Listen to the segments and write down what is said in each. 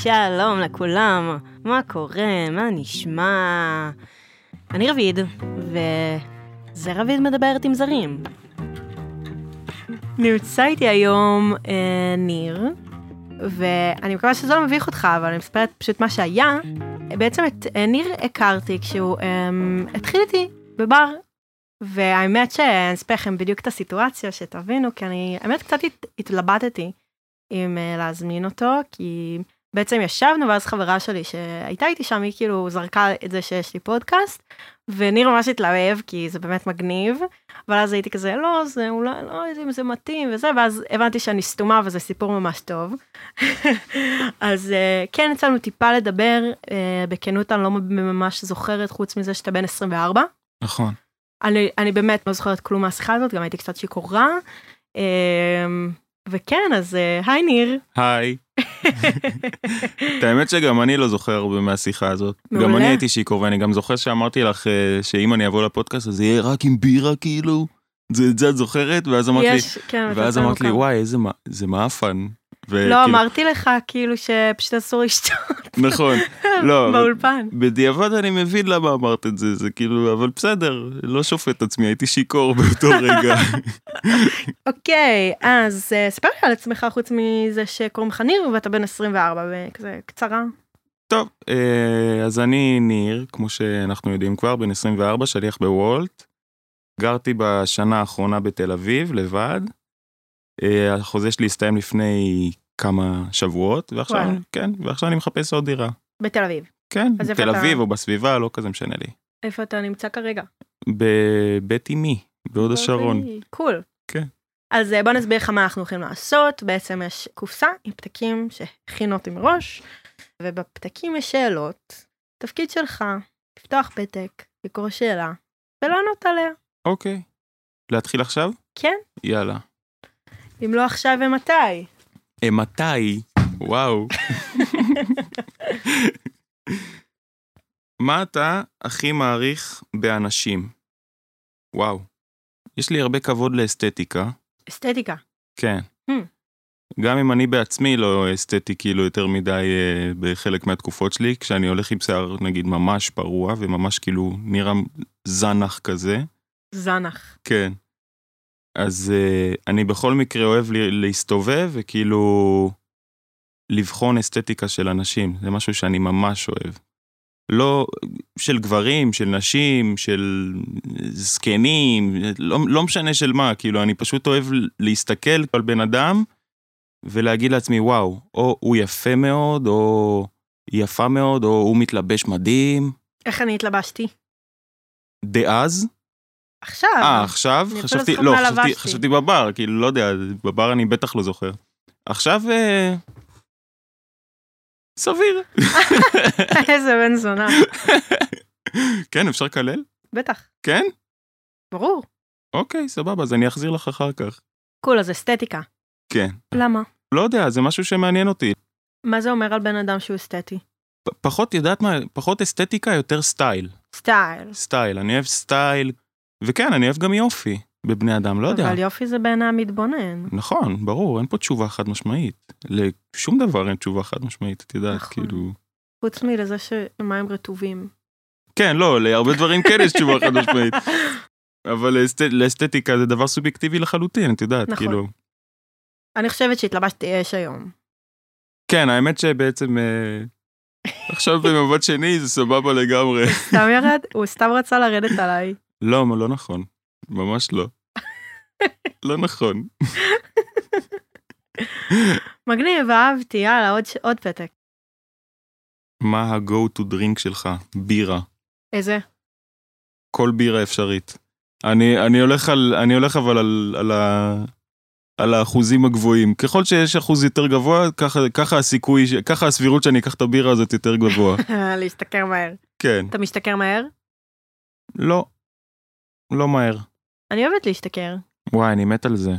שלום לכולם, מה קורה, מה נשמע? אני רביד, וזה רביד מדברת עם זרים. נמצא איתי היום ניר, ואני מקווה שזה לא מביך אותך, אבל אני מספרת פשוט מה שהיה. בעצם את ניר הכרתי כשהוא התחיל איתי בבר, והאמת שאני אספר לכם בדיוק את הסיטואציה שתבינו, כי אני האמת קצת התלבטתי אם להזמין אותו, כי בעצם ישבנו, ואז חברה שלי שהייתה איתי שם, היא כאילו זרקה את זה שיש לי פודקאסט, וניר ממש התלהב, כי זה באמת מגניב, אבל אז הייתי כזה, לא, זה אולי, לא יודעת אם זה מתאים וזה, ואז הבנתי שאני סתומה, וזה סיפור ממש טוב. אז כן, יצאנו טיפה לדבר, בכנות אני לא ממש זוכרת, חוץ מזה שאתה בן 24. נכון. אני באמת לא זוכרת כלום מהשיחה הזאת, גם הייתי קצת שיכורה. וכן, אז היי ניר. היי. את האמת שגם אני לא זוכר הרבה מהשיחה הזאת. מעולה. גם אני הייתי שיקור, ואני גם זוכר שאמרתי לך שאם אני אבוא לפודקאסט, אז זה יהיה רק עם בירה כאילו. את זה את זוכרת? ואז אמרת לי, וואי, זה מאפן. לא, אמרתי לך כאילו שפשוט אסור לשתות. נכון. לא, באולפן. בדיעבד אני מבין למה אמרת את זה, זה כאילו, אבל בסדר, לא שופט את עצמי, הייתי שיקור באותו רגע. אוקיי, אז ספר לי על עצמך חוץ מזה שקוראים לך ניר, ואתה בן 24, וכזה קצרה. טוב, אז אני ניר, כמו שאנחנו יודעים כבר, בן 24, שליח בוולט. גרתי בשנה האחרונה בתל אביב, לבד. החוזה שלי הסתיים לפני כמה שבועות, ועכשיו אני מחפש עוד דירה. בתל אביב. כן, בתל אביב או בסביבה, לא כזה משנה לי. איפה אתה נמצא כרגע? בבית אמי, בהוד השרון. קול. כן. אז בוא נסביר לך מה אנחנו הולכים לעשות. בעצם יש קופסה עם פתקים שהכינו אותי מראש, ובפתקים יש שאלות. תפקיד שלך, לפתוח פתק, לקרוא שאלה, ולענות עליה. אוקיי. להתחיל עכשיו? כן. יאללה. אם לא עכשיו, ומתי? מתי? וואו. מה אתה הכי מעריך באנשים? וואו. יש לי הרבה כבוד לאסתטיקה. אסתטיקה? כן. גם אם אני בעצמי לא אסתטי כאילו יותר מדי בחלק מהתקופות שלי, כשאני הולך עם שיער נגיד ממש פרוע, וממש כאילו נראה זנח כזה. זנח. כן. אז אני בכל מקרה אוהב להסתובב וכאילו לבחון אסתטיקה של אנשים. זה משהו שאני ממש אוהב. לא של גברים, של נשים, של זקנים, לא משנה של מה. כאילו אני פשוט אוהב להסתכל על בן אדם ולהגיד לעצמי וואו, או הוא יפה מאוד, או היא יפה מאוד, או הוא מתלבש מדהים. איך אני התלבשתי? דאז? עכשיו. עכשיו? חשבתי בבר, כאילו לא יודע, בבר אני בטח לא זוכר. עכשיו, סביר. איזה בן זונה. כן, אפשר כלל? בטח. כן? ברור. אוקיי, סבבה, אז אני אחזיר לך אחר כך. קול, אז אסתטיקה. כן. למה? לא יודע, זה משהו שמעניין אותי. מה זה אומר על בן אדם שהוא אסתטי? פחות, יודעת מה, פחות אסתטיקה, יותר סטייל. סטייל, אני אוהב סטייל. וכן, אני אוהב גם יופי בבני אדם, לא יודע. אבל יופי זה בעיני המתבונן. נכון, ברור, אין פה תשובה חד משמעית. לשום דבר אין תשובה חד משמעית, את יודעת, כאילו... חוץ מלזה שמים רטובים. כן, לא, להרבה דברים כן יש תשובה חד משמעית. אבל לאסתטיקה זה דבר סובייקטיבי לחלוטין, את יודעת, כאילו... אני חושבת שהתלבשתי אש היום. כן, האמת שבעצם... עכשיו במבט שני זה סבבה לגמרי. סתם ירד? הוא סתם רצה לרדת עליי. לא, לא נכון. ממש לא. לא נכון. מגניב, אהבתי, יאללה, עוד פתק. מה ה-go to drink שלך? בירה. איזה? כל בירה אפשרית. אני הולך אבל על האחוזים הגבוהים. ככל שיש אחוז יותר גבוה, ככה הסבירות שאני אקח את הבירה הזאת יותר גבוה. להשתכר מהר. כן. אתה משתכר מהר? לא מהר. אני אוהבת להשתכר. וואי, אני מת על זה.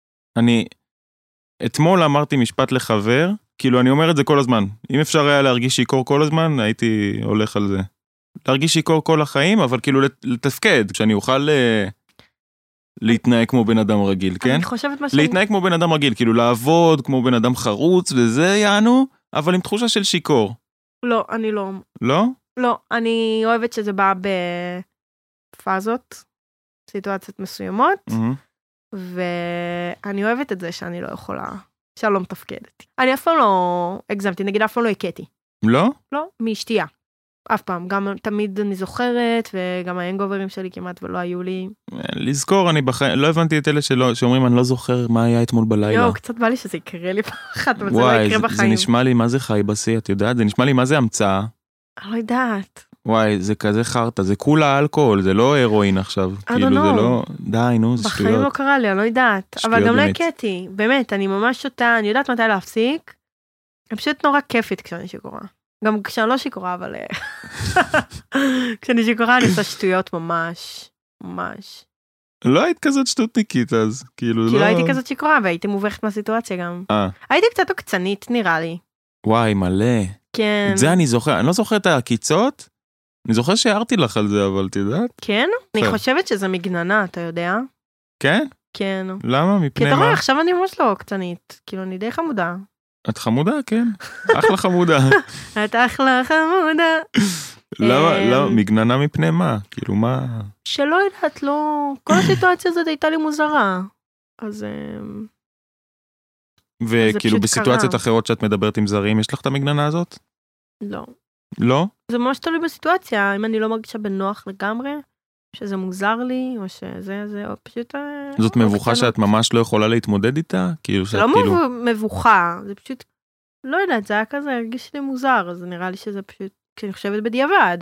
אתמול אמרתי משפט לחבר, כאילו אני אומר את זה כל הזמן. אם אפשר היה להרגיש שיקור כל הזמן, הייתי הולך על זה. להרגיש שיקור כל החיים, אבל כאילו לתפקד, כשאני אוכל להתנהג כמו בן אדם רגיל, כן? אני חושבת מה שאני... להתנהג כמו בן אדם רגיל, כאילו לעבוד כמו בן אדם חרוץ, וזה יענו, אבל עם תחושה של שיקור. לא, אני לא. לא? לא, אני אוהבת שזה בא בפאזות, סיטואציות מסוימות, ואני אוהבת את זה שאני לא יכולה, שאני לא מתפקדת. אני אף פעם לא הגזמתי, נגיד אף פעם לא הכיתי. לא? לא, משתייה. אף פעם, גם תמיד אני זוכרת, וגם ההנגוברים שלי כמעט ולא היו לי. לזכור, אני לא הבנתי את אלה שאומרים, אני לא זוכר מה היה אתמול בלילה. יואו, קצת בא לי שזה יקרה לי פעם אחת, אבל זה לא יקרה בחיים. זה נשמע לי מה זה חי בשיא, את יודעת? זה נשמע לי מה זה המצאה. אני לא יודעת. וואי, זה כזה חרטה, זה כולה אלכוהול, זה לא הרואין עכשיו. כאילו זה לא, די, נו, זה שטויות. בחיים לא קרה לי, אני לא יודעת. אבל גם לא הכיתי, באמת, אני ממש שותה, אני יודעת מתי להפסיק. אני פשוט נורא כיפית כשאני שיכורה. גם כשאני לא שיכורה, אבל... כשאני שיכורה אני עושה שטויות ממש, ממש. לא היית כזאת שטותניקית אז, כאילו לא... כי לא הייתי כזאת שיכורה, והייתי מובכת מהסיטואציה גם. הייתי קצת עוקצנית, נראה לי. וואי, מלא. כן. את זה אני זוכר, אני לא זוכר את העקיצות, אני זוכר שהערתי לך על זה, אבל תדעת? כן? אני חושבת שזה מגננה, אתה יודע? כן? כן. למה? מפני מה? כי אתה רואה, עכשיו אני ממש לא עוקצנית, כאילו אני די חמודה. את חמודה, כן. אחלה חמודה. את אחלה חמודה. למה? מגננה מפני מה? כאילו מה? שלא יודעת, לא... כל הסיטואציה הזאת הייתה לי מוזרה. אז... וכאילו בסיטואציות אחרות שאת מדברת עם זרים, יש לך את המגננה הזאת? לא. לא? זה ממש תלוי בסיטואציה, אם אני לא מרגישה בנוח לגמרי, שזה מוזר לי, או שזה, או פשוט... זאת מבוכה שאת ממש לא יכולה להתמודד איתה? זה לא מבוכה, זה פשוט, לא יודעת, זה היה כזה, הרגיש לי מוזר, אז נראה לי שזה פשוט, כשאני חושבת בדיעבד.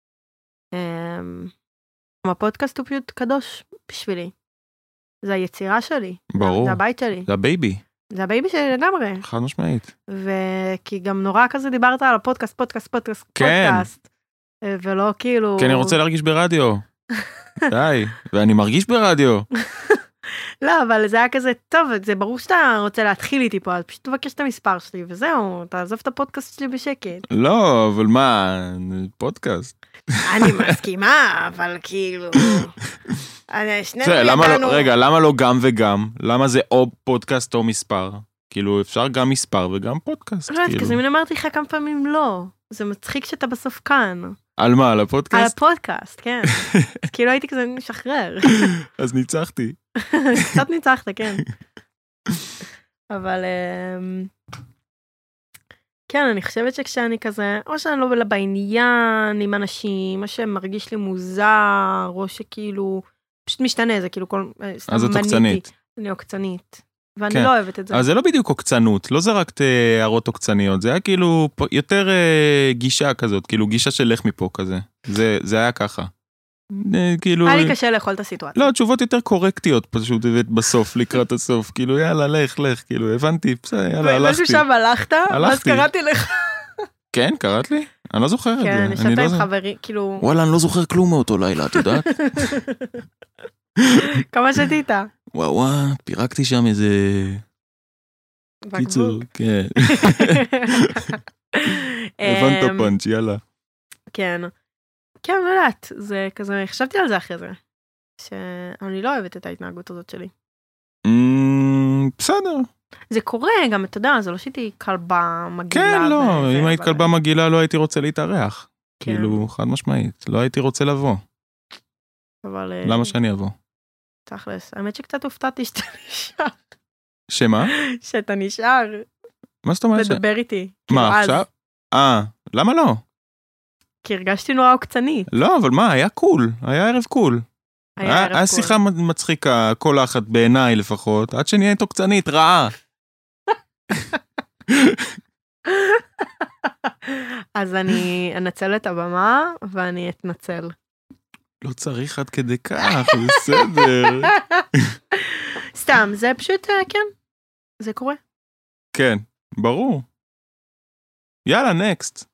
הפודקאסט הוא פשוט קדוש בשבילי. זה היצירה שלי. ברור. זה הבית שלי. זה הבייבי. זה הבייבי שלי לגמרי. חד משמעית. וכי גם נורא כזה דיברת על הפודקאסט, כן. ולא כאילו... כי אני רוצה להרגיש ברדיו. די, ואני מרגיש ברדיו. לא, אבל זה היה כזה, טוב, זה ברור שאתה רוצה להתחיל איתי פה, אז פשוט תבקש את המספר שלי, וזהו, תעזוב את הפודקאסט שלי בשקט. לא, אבל מה, פודקאסט. אני מסכימה, אבל כאילו... רגע, למה לא גם וגם? למה זה או פודקאסט או מספר? כאילו, אפשר גם מספר וגם פודקאסט. לא, כזה אני אמרתי לך כמה פעמים לא. זה מצחיק שאתה בסוף כאן. על מה, על הפודקאסט? על הפודקאסט, כן. אז כאילו הייתי כזה משחרר. אז ניצחתי. קצת ניצחת, כן. אבל... כן, אני חושבת שכשאני כזה, או שאני לא בעניין עם אנשים, או שמרגיש לי מוזר, או שכאילו, פשוט משתנה, זה כאילו כל... אז את עוקצנית. אני עוקצנית, ואני לא אוהבת את זה. אז זה לא בדיוק עוקצנות, לא זרקת הערות עוקצניות, זה היה כאילו יותר גישה כזאת, כאילו גישה של לך מפה כזה, זה היה ככה. היה לי קשה לאכול את הסיטואציה. לא, תשובות יותר קורקטיות פשוט בסוף, לקראת הסוף, כאילו יאללה, לך, כאילו הבנתי, יאללה, הלכתי. משהו שם הלכת, ואז קראתי לך. כן, קראת לי? אני לא זוכר את זה. כן, אני שתה עם חברי, כאילו... וואלה, אני לא זוכר כלום מאותו לילה, את יודעת? כמה שתית? וואו, פירקתי שם איזה... קיצור, כן. הבנת פאנץ', יאללה. כן. כן, לא יודעת, זה כזה, חשבתי על זה אחרי זה, שאני לא אוהבת את ההתנהגות הזאת שלי. בסדר. זה קורה גם, אתה יודע, זה לא שהייתי כלבה מגעילה. כן, לא, אם היית כלבה מגעילה לא הייתי רוצה להתארח. כאילו, חד משמעית, לא הייתי רוצה לבוא. אבל... למה שאני אבוא? תכלס, האמת שקצת הופתעתי שאתה נשאר. שמה? שאתה נשאר. מה זאת אומרת? לדבר איתי. מה, עכשיו? למה לא? כי הרגשתי נורא עוקצנית. לא, אבל מה, היה קול, היה ערב קול. היה שיחה מצחיקה, כל אחת בעיניי לפחות, עד שנהיית עוקצנית, רעה. אז אני אנצל את הבמה, ואני אתנצל. לא צריך עד כדי כך, בסדר. סתם, זה פשוט, כן, זה קורה. כן, ברור. יאללה, נקסט.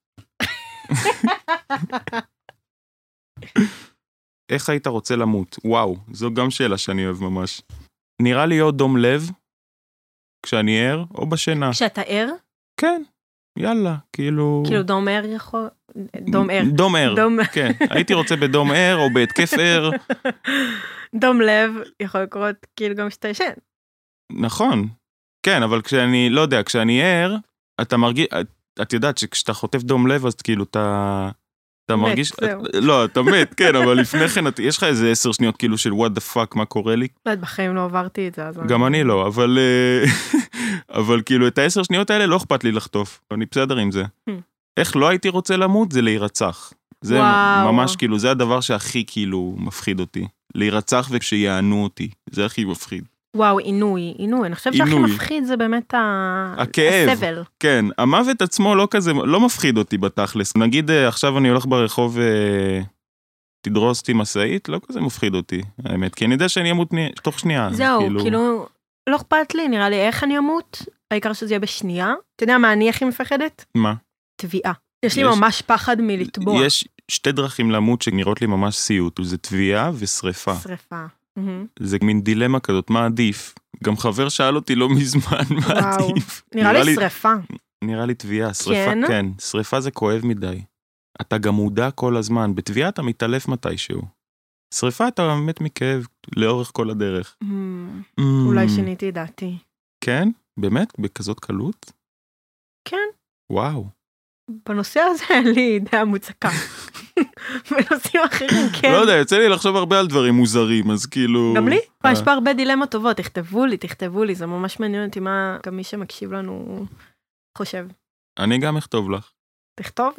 איך היית רוצה למות? וואו, זו גם שאלה שאני אוהב ממש. נראה לי או דום לב, כשאני ער, או בשינה. כשאתה ער? כן, יאללה, כאילו... כאילו דום ער יכול... דום ער. דום ער, כן. הייתי רוצה בדום ער או בהתקף ער. דום לב יכול לקרות כאילו גם שאתה ישן. נכון. כן, אבל כשאני, לא יודע, כשאני ער, אתה מרגיש... את יודעת שכשאתה חוטף דום לב, אז כאילו אתה מרגיש, זהו. לא, אתה מת, כן, אבל לפני כן, יש לך איזה 10 שניות כאילו של what the fuck, מה קורה לי? לא, בחיים לא עברתי את זה, אז... גם אני לא, אבל כאילו את ה10 שניות האלה לא אכפת לי לחטוף, אני בסדר עם זה. איך לא הייתי רוצה למות? זה להירצח. זה ממש כאילו, זה הדבר שהכי כאילו מפחיד אותי. להירצח וכשיענו אותי, זה הכי מפחיד. וואו, עינוי. אני חושב שהכי מפחיד זה באמת הכאב. הסבל. כן, המוות עצמו לא כזה, לא מפחיד אותי בתכלס. נגיד עכשיו אני הולך ברחוב תדרוס אותי משאית, לא כזה מפחיד אותי, האמת. כי אני יודע שאני אמות תוך שנייה. זהו, כאילו, לא אכפת לי, נראה לי איך אני אמות, העיקר שזה יהיה בשנייה. אתה יודע מה אני הכי מפחדת? מה? טביעה. יש לי ממש פחד מלטבוע. יש 2 דרכים למות שנראות לי ממש סיוט, זה טביעה ושריפה. שריפה. זה מין דילמה כזאת, מה עדיף? גם חבר שאל אותי לא מזמן, מה עדיף? נראה לי שריפה. נראה לי טביעה, שריפה כן. שריפה זה כואב מדי. אתה גם מודע כל הזמן, בטביעה אתה מתעלף מתישהו. שריפה אתה מת מכאב לאורך כל הדרך. אולי שיניתי דעתי. כן? באמת? בכזאת קלות? כן. וואו. בנושא הזה אין לי דעה מוצקה. בנושאים אחרים, כן. לא יודע, יוצא לי לחשוב הרבה על דברים מוזרים, אז כאילו... גם לי? יש פה הרבה דילמות טובות, תכתבו לי, זה ממש מעניין אותי מה גם מי שמקשיב לנו חושב. אני גם אכתוב לך. תכתוב?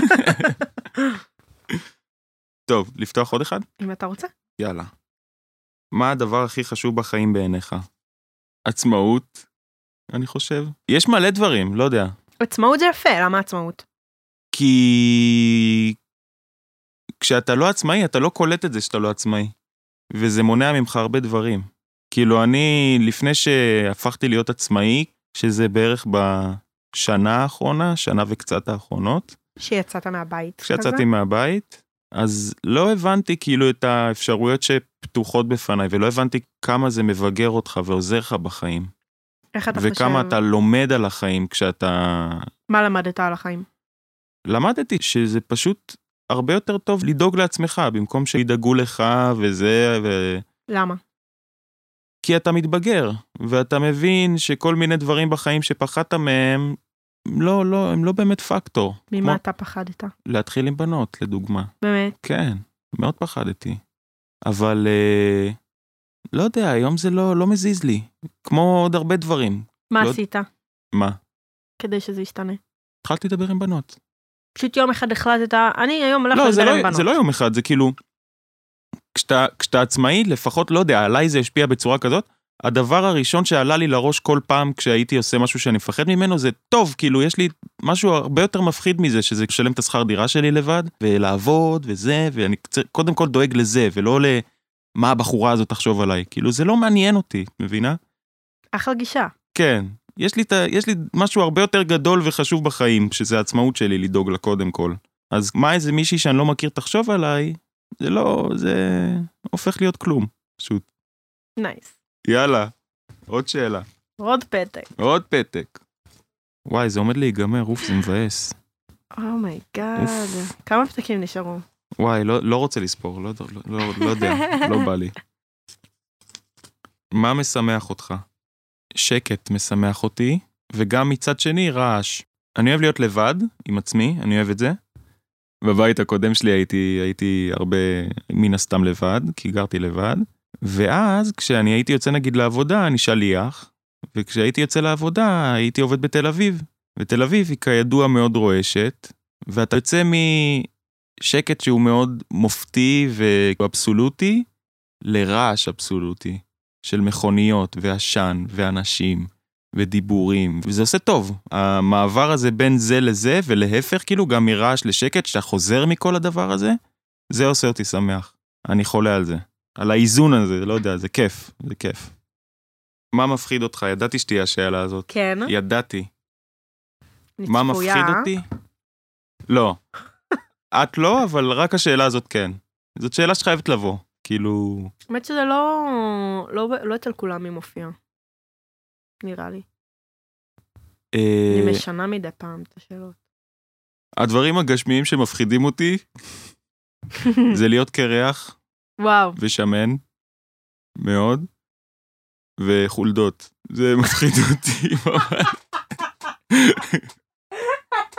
טוב, לפתוח עוד אחד? אם אתה רוצה. יאללה. מה הדבר הכי חשוב בחיים בעיניך? עצמאות, אני חושב. יש מלא דברים, לא יודע. עצמאות זה יפה, למה עצמאות? כי כשאתה לא עצמאי, אתה לא קולט את זה שאתה לא עצמאי. וזה מונע ממך הרבה דברים. כאילו אני, לפני שהפכתי להיות עצמאי, שזה בערך בשנה האחרונה, שנה וקצת האחרונות. שיצאת מהבית. כשיצאתי מהבית, אז לא הבנתי כאילו את האפשרויות שפתוחות בפניי, ולא הבנתי כמה זה מבגר אותך ועוזר לך בחיים. איך אתה חושב? וכמה אתה לומד על החיים כשאתה... מה למדת על החיים? למדתי שזה פשוט הרבה יותר טוב לדאוג לעצמך, במקום שידאגו לך וזה למה? כי אתה מתבגר, ואתה מבין שכל מיני דברים בחיים שפחדת מהם, הם לא באמת פקטור. ממה אתה פחדת? להתחיל עם בנות, לדוגמה. באמת? כן, מאוד פחדתי. אבל לא יודע, היום זה לא מזיז לי. כמו עוד הרבה דברים. מה עשית? מה? כדי שזה ישתנה. התחלתי לדבר עם בנות. פשוט יום אחד החלטת, אני היום הולך לדבר עם בנות. זה לא יום אחד, זה כאילו, כשאתה עצמאי, לפחות לא יודע, עליי זה השפיע בצורה כזאת, הדבר הראשון שעלה לי לראש כל פעם כשהייתי עושה משהו שאני מפחד ממנו, זה טוב, כאילו יש לי משהו הרבה יותר מפחיד מזה, שזה לשלם את השכר דירה שלי לבד, ולעבוד וזה, ואני קודם כל דואג לזה, ולא למה הבחורה הזאת תחשוב עליי, כאילו זה לא מעניין אותי, מבינה? אחלה גישה. כן, יש לי משהו הרבה יותר גדול וחשוב בחיים, שזה העצמאות שלי לדאוג לה קודם כל. אז מה איזה מישהי שאני לא מכיר תחשוב עליי, זה הופך להיות כלום, פשוט. נייס. יאללה, עוד שאלה. עוד פתק. וואי, זה עומד להיגמר, אוף, זה מבאס. אומייגאד. כמה פתקים נשארו? וואי, לא רוצה לספור, לא יודע, לא בא לי. מה משמח אותך? שקט משמח אותי, וגם מצד שני רעש. אני אוהב להיות לבד עם עצמי, אני אוהב את זה. בבית הקודם שלי הייתי הרבה מן הסתם לבד, כי גרתי לבד. ואז כשאני הייתי יוצא נגיד לעבודה, אני שליח, וכשהייתי יוצא לעבודה, הייתי עובד בתל אביב. ותל אביב היא כידוע מאוד רועשת, ואתה יוצא משקט שהוא מאוד מופתי ואבסולוטי, לרעש אבסולוטי, של מכוניות ועשן ואנשים ודיבורים, וזה עושה טוב. המעבר הזה בין זה לזה ולהפך, כאילו גם מרעש לשקט, שאתה חוזר מכל הדבר הזה, זה עושה אותי שמח. אני חולה על זה. על האיזון הזה, לא יודע, זה כיף, זה כיף. מה מפחיד אותך? ידעתי שתהיה השאלה הזאת. כן. ידעתי. מה מפחיד אותי? לא. את לא, אבל רק השאלה הזאת כן. זאת שאלה שחייבת לבוא, כאילו... באמת שזה לא אצל כולם היא מופיעה. נראה לי. אני משנה מדי פעם את השאלות. הדברים הגשמיים שמפחידים אותי, זה להיות קרח. וואו. ושמן, מאוד, וחולדות. זה מפחיד אותי ממש.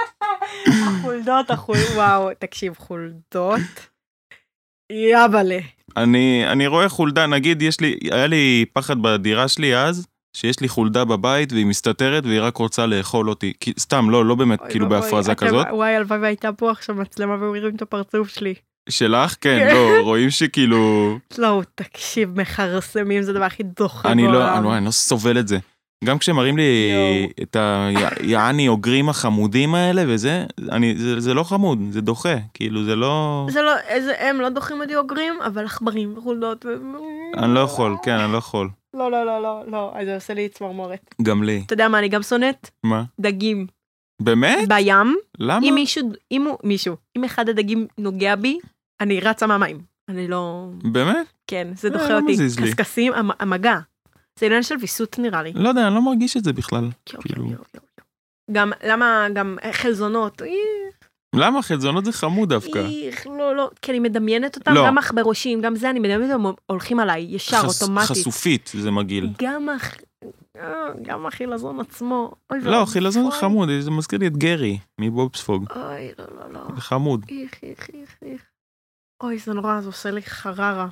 החולדות, וואו, תקשיב, חולדות. יאבלה. אני רואה חולדה, נגיד, היה לי פחד בדירה שלי אז, שיש לי חולדה בבית, והיא מסתתרת, והיא רק רוצה לאכול אותי. סתם, לא באמת, כאילו בהפרזה כזאת. וואי, הלוואי והייתה פה עכשיו מצלמה, ומראים את הפרצוף שלי. שלך? כן, לא, רואים שכאילו... לא, תקשיב, מחרסמים, זה הדבר הכי דוחה אני לא סובל את זה. גם כשמראים לי את היעני אוגרים החמודים האלה וזה, זה לא חמוד, זה דוחה, כאילו זה לא... הם לא דוחים אותי אוגרים, אבל עכברים וחולדות. אני לא יכול, כן, אני לא יכול. לא, אז זה עושה לי צמרמורת. גם לי. אתה יודע מה אני גם שונאת? מה? דגים. באמת? בים. למה? אם אחד הדגים נוגע בי, אני רצה מהמים. אני לא... באמת? כן, זה דוחה אותי. קסקסים, המגע. זה עניין של ויסות נראה לי. לא יודע, אני לא מרגיש את זה בכלל. גם, למה, גם חלזונות. למה? חלזונות זה חמוד דווקא. לא, כי אני מדמיינת אותם, גם בראשים, גם זה, אני מדמיינת אותם, הולכים עליי, ישר, אוטומטית. חשופית, זה מגעיל. גם החילזון עצמו. לא, חילזון זה חמוד, זה מזכיר לי את גרי, מבובספוג. אוי, לא. זה חמוד. איך. אוי, זה נורא, זה עושה לי חררה.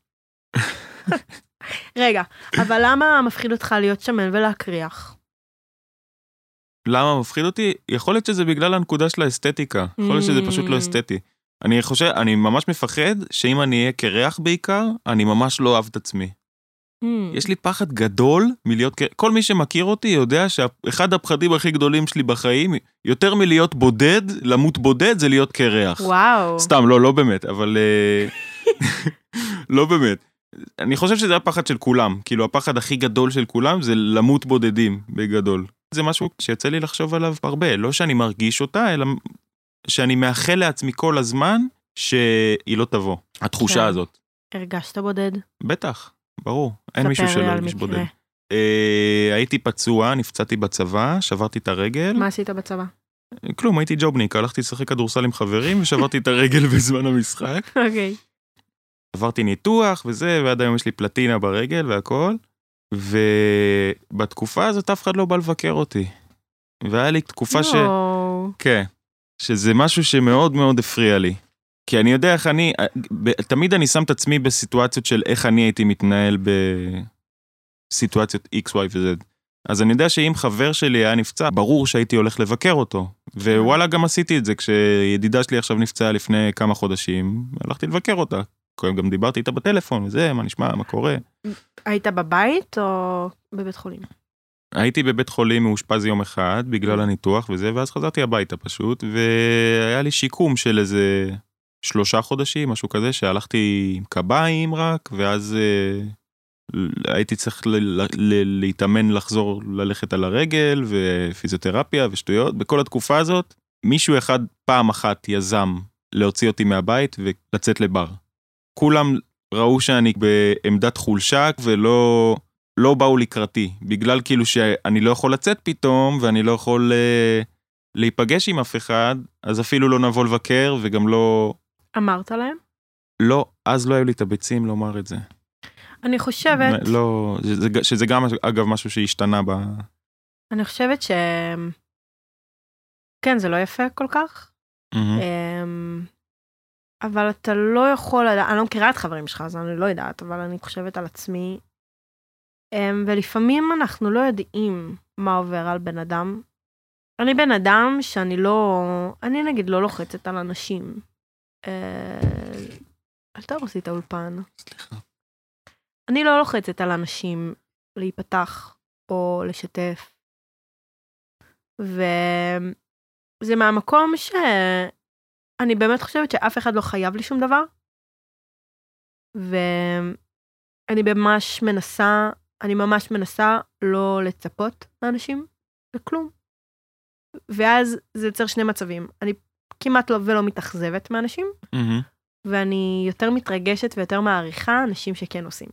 רגע, אבל למה מפחיד אותך להיות שמן ולהקריח? למה מפחיד אותי? יכול להיות שזה בגלל הנקודה של האסתטיקה. יכול להיות שזה פשוט לא אסתטי. אני ממש מפחד שאם אני אהיה קרח בעיקר, אני ממש לא אוהב את עצמי. יש לי פחד גדול מלהיות קרח. כל מי שמכיר אותי יודע שאחד הפחדים הכי גדולים שלי בחיים, יותר מלהיות בודד, למות בודד, זה להיות קרח. וואו. סתם, לא באמת, אבל... לא באמת. אני חושב שזה הפחד של כולם. כאילו, הפחד הכי גדול של כולם זה למות בודדים בגדול. זה משהו שיוצא לי לחשוב עליו הרבה. לא שאני מרגיש אותה, אלא שאני מאחל לעצמי כל הזמן שהיא לא תבוא. התחושה הזאת. הרגשת בודד? בטח, ברור. אין מישהו שלא הרגיש בודד. הייתי פצוע, נפצעתי בצבא, שברתי את הרגל. מה עשית בצבא? כלום, הייתי ג'ובניק, הלכתי לשחק כדורסל עם חברים ושברתי את הרגל בזמן המשחק. אוקיי. עברתי ניתוח וזה, ועד היום יש לי פלטינה ברגל והכל. ובתקופה הזאת אף אחד לא בא לבקר אותי. והיה לי תקופה כן, שזה משהו שמאוד מאוד הפריע לי. כי אני יודע איך תמיד אני שם את עצמי בסיטואציות של איך אני הייתי מתנהל בסיטואציות X, Y ו-Z. אז אני יודע שאם חבר שלי היה נפצע, ברור שהייתי הולך לבקר אותו. ווואלה, גם עשיתי את זה, כשידידה שלי עכשיו נפצעה לפני כמה חודשים, הלכתי לבקר אותה. גם דיברתי איתה בטלפון, וזה, מה נשמע, מה קורה. היית בבית או בבית חולים? הייתי בבית חולים מאושפז יום אחד, בגלל הניתוח וזה, ואז חזרתי הביתה פשוט, והיה לי שיקום של איזה 3 חודשים, משהו כזה, שהלכתי עם קביים רק, ואז הייתי צריך להתאמן לחזור ללכת על הרגל, ופיזיותרפיה ושטויות. בכל התקופה הזאת, מישהו אחד פעם אחת יזם להוציא אותי מהבית ולצאת לבר. כולם ראו שאני בעמדת חולשה ולא באו לקראתי, בגלל כאילו שאני לא יכול לצאת פתאום, ואני לא יכול להיפגש עם אף אחד, אז אפילו לא נבוא לבקר, וגם לא... אמרת להם? לא, אז לא היו לי את הביצים לומר את זה. אני חושבת... לא, שזה גם אגב משהו שהשתנה ב... אני חושבת ש... כן, זה לא יפה כל כך. אבל אתה לא יכול, אני לא מכירה את חברים שלך, אז אני לא יודעת, אבל אני חושבת על עצמי, ולפעמים אנחנו לא יודעים מה עובר על בן אדם. אני בן אדם שאני לא, אני נגיד לא לוחצת על אנשים. אל תהרוס לי את האולפן. סליחה. אני לא לוחצת על אנשים להיפתח או לשתף. וזה מהמקום אני באמת חושבת שאף אחד לא חייב לי שום דבר, ואני ממש מנסה לא לצפות לאנשים, וכלום. ואז זה יוצר 2 מצבים. אני כמעט לא ולא מתאכזבת מאנשים, ואני יותר מתרגשת ויותר מעריכה אנשים שכן עושים.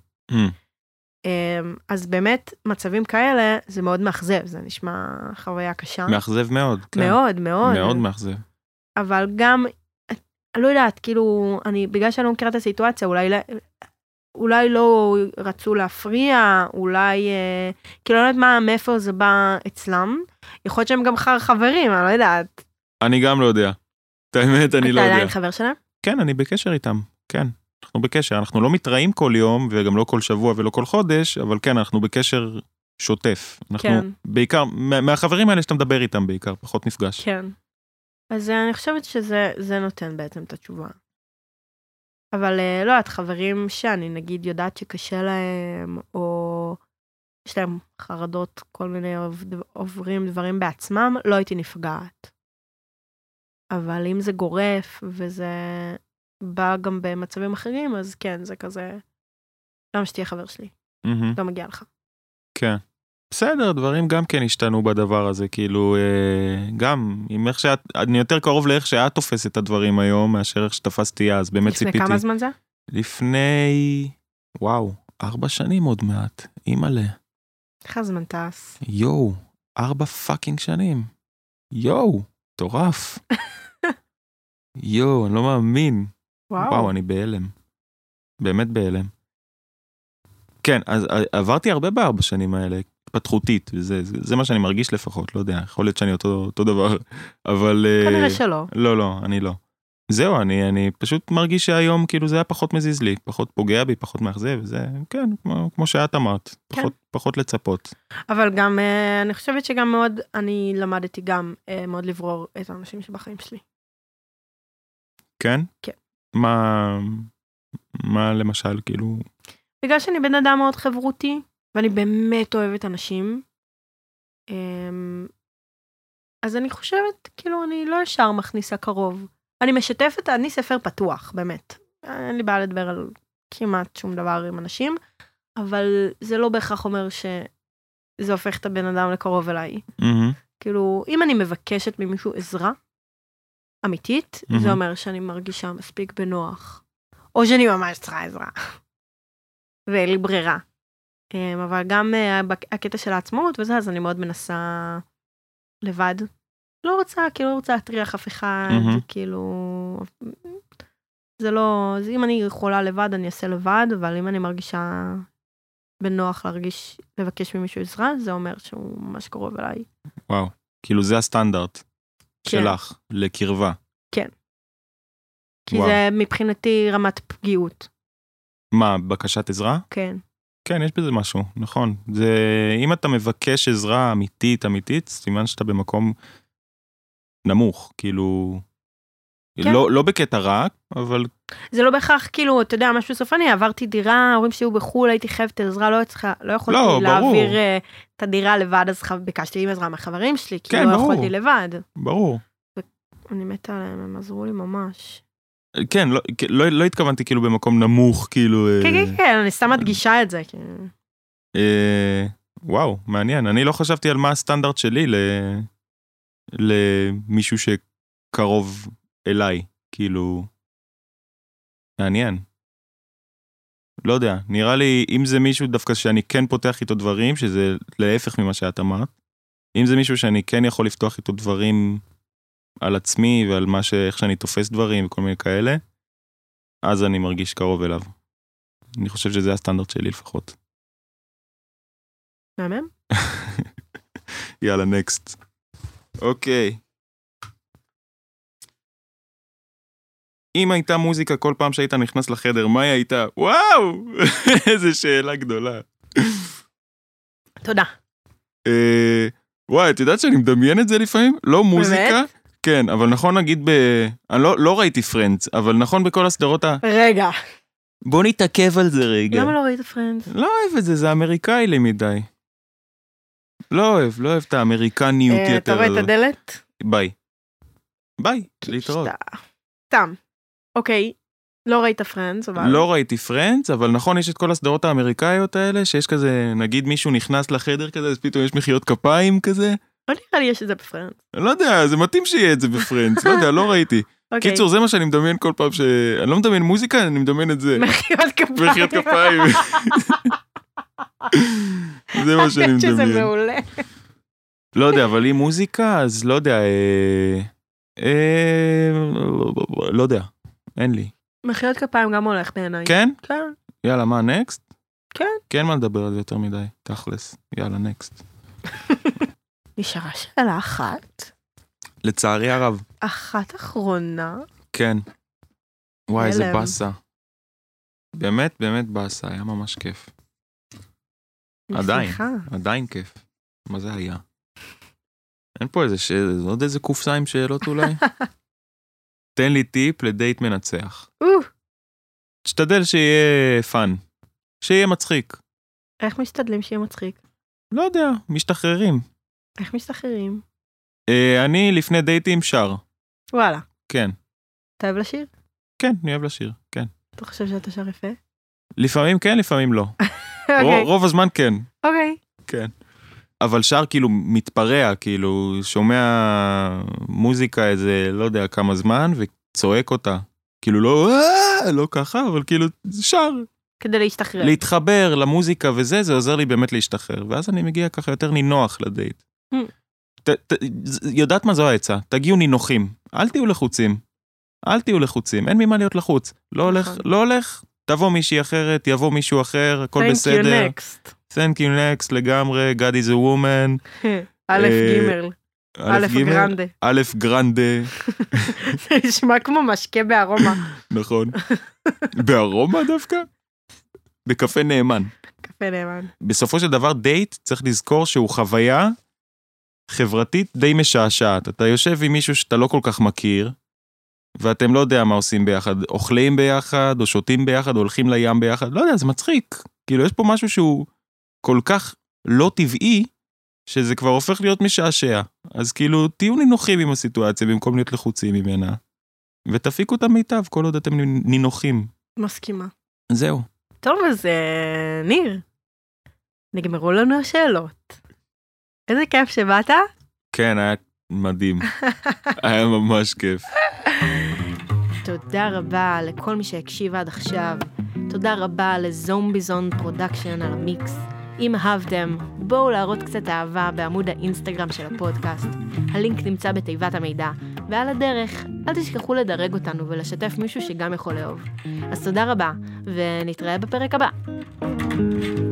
אז באמת, מצבים כאלה, זה מאוד מאכזב, זה נשמע חוויה קשה. מאכזב מאוד, כן. מאוד, מאוד. מאוד מאכזב. אבל גם, אני לא יודעת, כאילו, בגלל שאני לא מכירה את הסיטואציה, אולי לא רצו להפריע, אולי, כאילו, לא יודעת מאיפה זה בא אצלם. יכול להיות שהם גם חברים, אני לא יודעת. אני גם לא יודע. את האמת, אני לא יודע. אתה עדיין חבר שלהם? כן, אני בקשר איתם, כן. אנחנו בקשר, אנחנו לא מתראים כל יום, וגם לא כל שבוע ולא כל חודש, אבל כן, אנחנו בקשר שוטף. אנחנו בעיקר, מהחברים האלה שאתה מדבר איתם בעיקר, פחות נפגש. כן. אז אני חושבת שזה נותן בעצם את התשובה. אבל לא, את חברים שאני נגיד יודעת שקשה להם, או יש להם חרדות, כל מיני עוברים דברים בעצמם, לא הייתי נפגעת. אבל אם זה גורף, וזה בא גם במצבים אחרים, אז כן, זה כזה, למה שתהיה חבר שלי? לא מגיע לך. כן. בסדר, דברים גם כן השתנו בדבר הזה, כאילו, גם, עם איך שאת, אני יותר קרוב לאיך שאת תופס את הדברים היום, מאשר איך שתפסתי אז, באמת ציפיתי. לפני כמה זמן זה? לפני, וואו, 4 שנים עוד מעט, אימא'לה. איך הזמן טס? יואו, 4 פאקינג שנים. יואו, טורף. יואו, אני לא מאמין. וואו, אני בהלם. באמת בהלם. כן, אז עברתי הרבה ב4 שנים האלה, התפתחותית, וזה מה שאני מרגיש לפחות, לא יודע, יכול להיות שאני אותו דבר, אבל... כנראה שלא. לא, אני לא. זהו, אני פשוט מרגיש שהיום כאילו זה היה פחות מזיז לי, פחות פוגע בי, פחות מאכזב, וזה, כן, כמו שאת אמרת, פחות לצפות. אבל גם, אני חושבת שגם מאוד, אני למדתי גם מאוד לברור את האנשים שבחיים שלי. כן? כן. מה למשל, כאילו... בגלל שאני בן אדם מאוד חברותי, ואני באמת אוהבת אנשים, אז אני חושבת, כאילו, אני לא ישר מכניסה קרוב. אני משתפת, אני ספר פתוח, באמת. אין לי בעיה לדבר על כמעט שום דבר עם אנשים, אבל זה לא בהכרח אומר שזה הופך את הבן אדם לקרוב אליי. כאילו, אם אני מבקשת ממישהו עזרה אמיתית, זה אומר שאני מרגישה מספיק בנוח. או שאני ממש צריכה עזרה. ואין לי ברירה. אבל גם הקטע של העצמאות וזה, אז אני מאוד מנסה לבד. לא רוצה להטריח אף אחד, כאילו, זה לא, אם אני יכולה לבד, אני אעשה לבד, אבל אם אני מרגישה בנוח לבקש ממישהו עזרה, זה אומר שהוא ממש קרוב אליי. וואו, כאילו זה הסטנדרט שלך, לקרבה. כן. כי זה מבחינתי רמת פגיעות. מה, בקשת עזרה? כן. כן, יש בזה משהו, נכון. זה, אם אתה מבקש עזרה אמיתית, סימן שאתה במקום נמוך, כאילו, כן. לא בקטע רע, אבל... זה לא בהכרח, כאילו, אתה יודע, משהו סופני, עברתי דירה, ההורים שהיו בחול, הייתי חייבת עזרה, לא יכולתי להעביר את הדירה לבד, אז ביקשתי עם עזרה מהחברים שלי, כי כן, לא יכולתי לבד. ברור. אני מתה עליהם, הם עזרו לי ממש. כן, לא התכוונתי כאילו במקום נמוך, כאילו... כן, אני סתם מדגישה את זה. וואו, מעניין. אני לא חשבתי על מה הסטנדרט שלי למישהו שקרוב אליי, כאילו... מעניין. לא יודע, נראה לי, אם זה מישהו דווקא שאני כן פותח איתו דברים, שזה להפך ממה שאת אמרת, אם זה מישהו שאני כן יכול לפתוח איתו דברים... על עצמי ועל איך שאני תופס דברים וכל מיני כאלה, אז אני מרגיש קרוב אליו. אני חושב שזה הסטנדרט שלי לפחות. מהמם? יאללה, נקסט. אוקיי. אם הייתה מוזיקה כל פעם שהיית נכנס לחדר, מה היא הייתה? וואו! איזה שאלה גדולה. תודה. וואי, את יודעת שאני מדמיין את זה לפעמים? לא מוזיקה. באמת? כן, אבל נכון נגיד אני לא ראיתי פרנדס, אבל נכון בכל הסדרות רגע. בוא נתעכב על זה רגע. למה לא ראית פרנדס? לא אוהב את זה, זה אמריקאי לי מדי. לא אוהב את האמריקניות יותר. אתה רואה את הדלת? ביי, להתראות. סתם. אוקיי, לא ראית פרנדס, אבל... לא ראיתי פרנדס, אבל נכון יש את כל הסדרות האמריקאיות האלה, שיש כזה, נגיד מישהו נכנס לחדר כזה, אז פתאום יש מחיאות כפיים כזה. לא נראה לי יש את זה בפרנדס. אני לא יודע, זה מתאים שיהיה את זה בפרנדס, לא יודע, לא ראיתי. קיצור, זה מה שאני מדמיין כל פעם אני לא מדמיין מוזיקה, אני מדמיין את זה. מחיאות כפיים. מחיאות כפיים. זה מה שאני מדמיין. שזה מעולה. לא יודע, אבל אם מוזיקה, אז לא יודע, לא יודע, אין לי. מחיאות כפיים גם הולך בעיניי. כן? כן. יאללה, מה, נקסט? כן. כן, מה לדבר על זה יותר מדי, תכלס. יאללה, נקסט. נשארה שאלה אחת. לצערי הרב. אחת אחרונה. כן. וואי, איזה הלם. בסה. באמת, באמת בסה, היה ממש כיף. עדיין, סליחה. עדיין כיף. מה זה היה? אין פה עוד איזה קופסה עם שאלות אולי? תן לי טיפ לדייט מנצח. תשתדל שיהיה פן. שיהיה מצחיק. איך משתדלים שיהיה מצחיק? לא יודע, משתחררים. איך משתחררים? אני לפני דייטים שר. וואלה. כן. אתה אוהב לשיר? כן, אני אוהב לשיר, כן. אתה חושב שאתה שר יפה? לפעמים כן, לפעמים לא. אוקיי. רוב הזמן כן. אוקיי. כן. אבל שר כאילו מתפרע, כאילו שומע מוזיקה איזה לא יודע כמה זמן וצועק אותה. כאילו לא ככה, אבל כאילו שר. כדי להשתחרר. להתחבר למוזיקה וזה, זה עוזר לי באמת להשתחרר. ואז אני מגיע ככה יותר נינוח לדייט. יודעת מה זו העצה? תגיעו נינוחים. אל תהיו לחוצים. אל תהיו לחוצים. אין ממה להיות לחוץ. לא הולך, תבוא מישהי אחרת, יבוא מישהו אחר, הכל בסדר. Thank you next. Thank you next לגמרי, God is a woman. א' ג' א' גרנדה. א' גרנדה. זה נשמע כמו משקה בארומה. נכון. בארומה דווקא? בקפה נאמן. קפה נאמן. בסופו של דבר דייט צריך לזכור שהוא חוויה חברתית די משעשעת. אתה יושב עם מישהו שאתה לא כל כך מכיר, ואתם לא יודע מה עושים ביחד. אוכלים ביחד, או שותים ביחד, או הולכים לים ביחד. לא יודע, זה מצחיק. כאילו יש פה משהו שהוא כל כך לא טבעי, שזה כבר הופך להיות משעשע. אז כאילו תהיו נינוחים עם הסיטואציה, במקום להיות לחוצים ממנה. ותפיקו את המיטב, כל עוד אתם נינוחים. מסכימה. זהו. טוב, אז ניר, נגמרו לנו השאלות. איזה כיף שבאת. כן, היה מדהים. היה ממש כיף. תודה רבה לכל מי שהקשיב עד עכשיו. תודה רבה לזומביזון פרודקשן על המיקס. אם אהבתם, בואו להראות קצת אהבה בעמוד האינסטגרם של הפודקאסט. הלינק נמצא בתיבת המידע. ועל הדרך, אל תשכחו לדרג אותנו ולשתף מישהו שגם יכול לאהוב. אז תודה רבה, ונתראה בפרק הבא.